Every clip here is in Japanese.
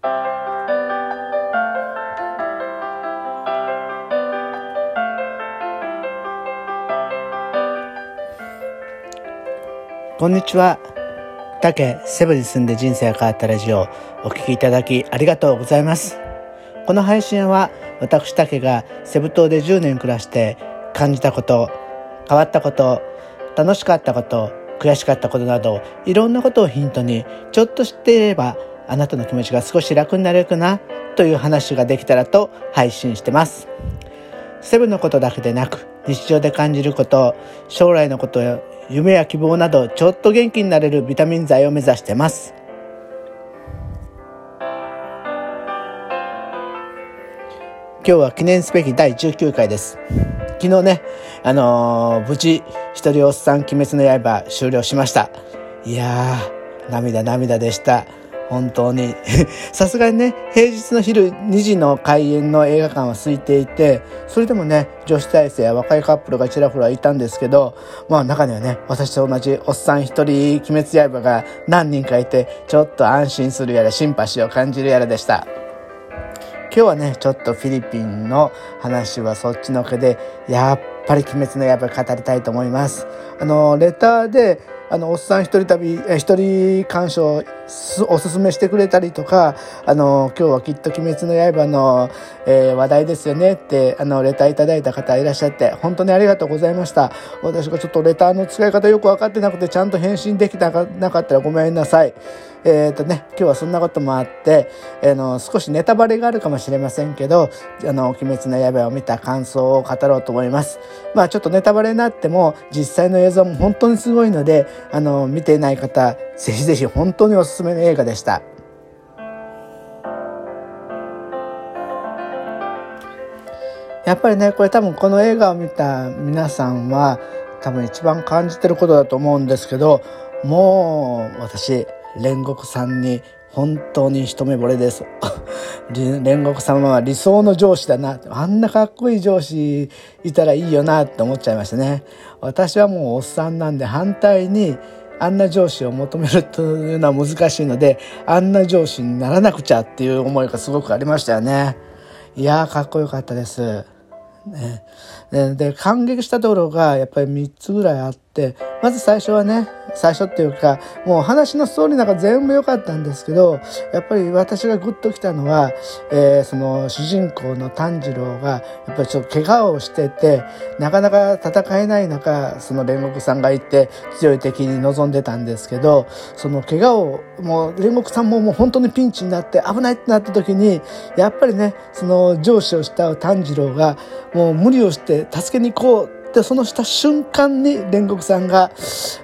こんにちは。竹セブに住んで人生が変わったラジオをお聞きいただきありがとうございます。この配信は私竹がセブ島で10年暮らして感じたこと、変わったこと、楽しかったこと、悔しかったことなどいろんなことをヒントにちょっと知っていればあなたの気持ちが少し楽になれるかなという話ができたらと配信してます。セブのことだけでなく日常で感じること、将来のことや夢や希望などちょっと元気になれるビタミン剤を目指してます。今日は記念すべき第19回です。昨日ね、無事一人おっさん鬼滅の刃終了しました。いやー涙でした。本当にさすがにね、平日の昼2時の開演の映画館は空いていて、それでもね女子大生や若いカップルがちらほらいたんですけど、中にはね私と同じおっさん一人鬼滅刃が何人かいて、ちょっと安心するやらシンパシーを感じるやらでした。今日はねちょっとフィリピンの話はそっちのけで、やっぱり鬼滅の刃語りたいと思います。レターでおっさん一人鑑賞おすすめしてくれたりとか、今日はきっと鬼滅の刃の、話題ですよねってレターいただいた方いらっしゃって、本当にありがとうございました。私がちょっとレターの使い方よく分かってなくてちゃんと返信できなかったらごめんなさい。今日はそんなこともあって、少しネタバレがあるかもしれませんけど、鬼滅の刃を見た感想を語ろうと思います。ちょっとネタバレになっても実際の映像も本当にすごいので、見ていない方ぜひぜひ本当におすすめの映画でした。やっぱりね、これ多分この映画を見た皆さんは多分一番感じてることだと思うんですけど、もう私煉獄さんに本当に一目惚れです煉獄様は理想の上司だな、あんなかっこいい上司いたらいいよなって思っちゃいましたね。私はもうおっさんなんで、反対にあんな上司を求めるというのは難しいので、あんな上司にならなくちゃっていう思いがすごくありましたよね。いやーかっこよかったです。で感激したところがやっぱり3つぐらいあって、まず最初っていうか、もう話のストーリーなんか全部良かったんですけど、やっぱり私がグッときたのは、その主人公の炭治郎がやっぱりちょっと怪我をしてて、なかなか戦えない中、その煉獄さんがいて強い敵に臨んでたんですけど、その怪我をもう煉獄さんももう本当にピンチになって危ないってなった時に、やっぱりねその上司をした炭治郎がもう無理をして助けに行こうで、そのした瞬間に煉獄さんが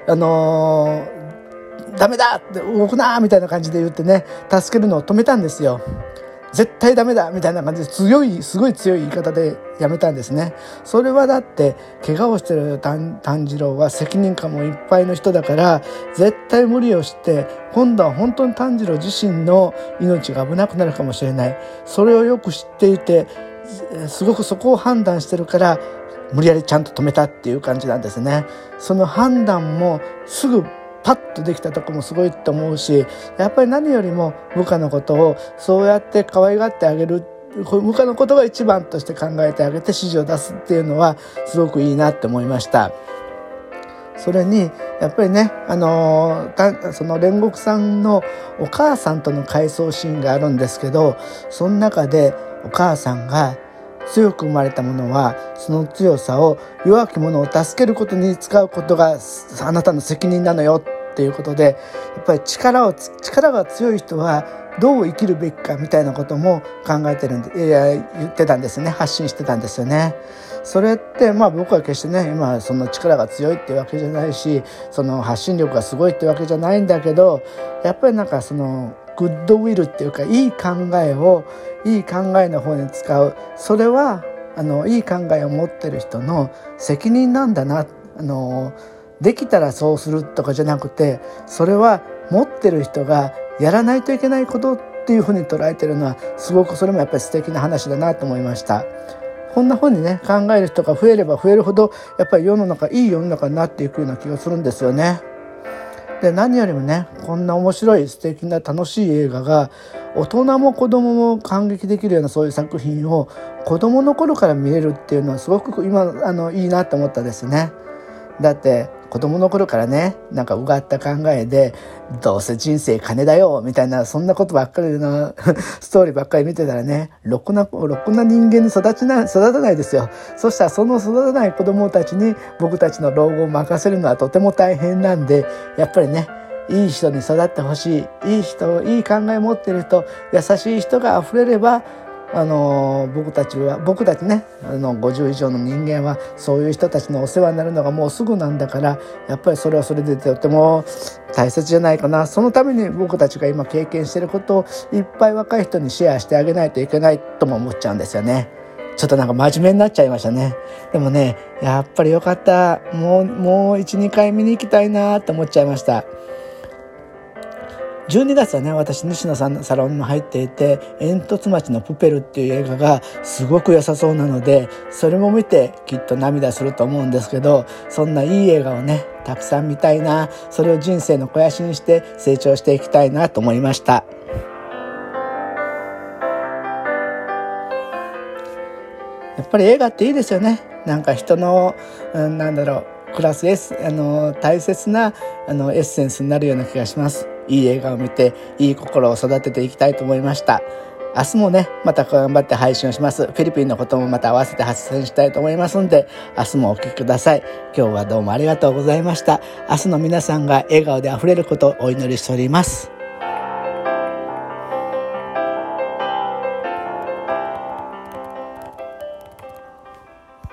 ダメだって動くなみたいな感じで言ってね、助けるのを止めたんですよ。絶対ダメだみたいな感じですごい強い言い方でやめたんですね。それはだって怪我をしてる炭治郎は責任感もいっぱいの人だから、絶対無理をして今度は本当に炭治郎自身の命が危なくなるかもしれない。それをよく知っていて、すごくそこを判断してるから無理やりちゃんと止めたっていう感じなんですね。その判断もすぐパッとできたとこもすごいと思うし、やっぱり何よりも部下のことをそうやって可愛がってあげる、部下のことが一番として考えてあげて指示を出すっていうのはすごくいいなって思いました。それにやっぱりね、その煉獄さんのお母さんとの回想シーンがあるんですけど、その中でお母さんが強く生まれたものはその強さを弱き者を助けることに使うことがあなたの責任なのよっていうことで、やっぱり力が強い人はどう生きるべきかみたいなことも考えてるんで、言ってたんですね。発信してたんですよね。それって僕は決してね今その力が強いってわけじゃないし、その発信力がすごいってわけじゃないんだけど、やっぱりそのグッドウィルっていうか、いい考えをいい考えの方に使う、それはいい考えを持ってる人の責任なんだな。できたらそうするとかじゃなくて、それは持ってる人がやらないといけないことっていうふうに捉えてるのはすごくそれもやっぱり素敵な話だなと思いました。こんな風にね考える人が増えれば増えるほどやっぱりいい世の中になっていくような気がするんですよね。 で何よりもね、こんな面白い素敵な楽しい映画が大人も子供も感激できるようなそういう作品を子供の頃から見れるっていうのはすごく今いいなと思ったですね。だって子供の頃からね、なんかうがった考えでどうせ人生金だよみたいな、そんなことばっかりのストーリーばっかり見てたらね、ろくな人間に育たないですよ。そしたらその育たない子供たちに僕たちの老後を任せるのはとても大変なんで、やっぱりね、いい人に育ってほしい、いい人、いい考え持ってる人、優しい人が溢れれば、僕たちね、50以上の人間はそういう人たちのお世話になるのがもうすぐなんだから、やっぱりそれはそれでとても大切じゃないかな。そのために僕たちが今経験していることをいっぱい若い人にシェアしてあげないといけないとも思っちゃうんですよね。ちょっとなんか真面目になっちゃいましたね。でもね、やっぱりよかった。もう 1,2 回見に行きたいなって思っちゃいました。12月はね、私西野さんのサロンに入っていて、煙突町のプペルっていう映画がすごく良さそうなので、それも見てきっと涙すると思うんですけど、そんないい映画をね、たくさん見たいな、それを人生の肥やしにして成長していきたいなと思いました。やっぱり映画っていいですよね。なんか人の、クラス大切なエッセンスになるような気がします。いい映画を見ていい心を育てていきたいと思いました。明日もね、また頑張って配信をします。フィリピンのこともまた合わせて発信したいと思いますので、明日もお聞きください。今日はどうもありがとうございました。明日の皆さんが笑顔であふれることをお祈りしております。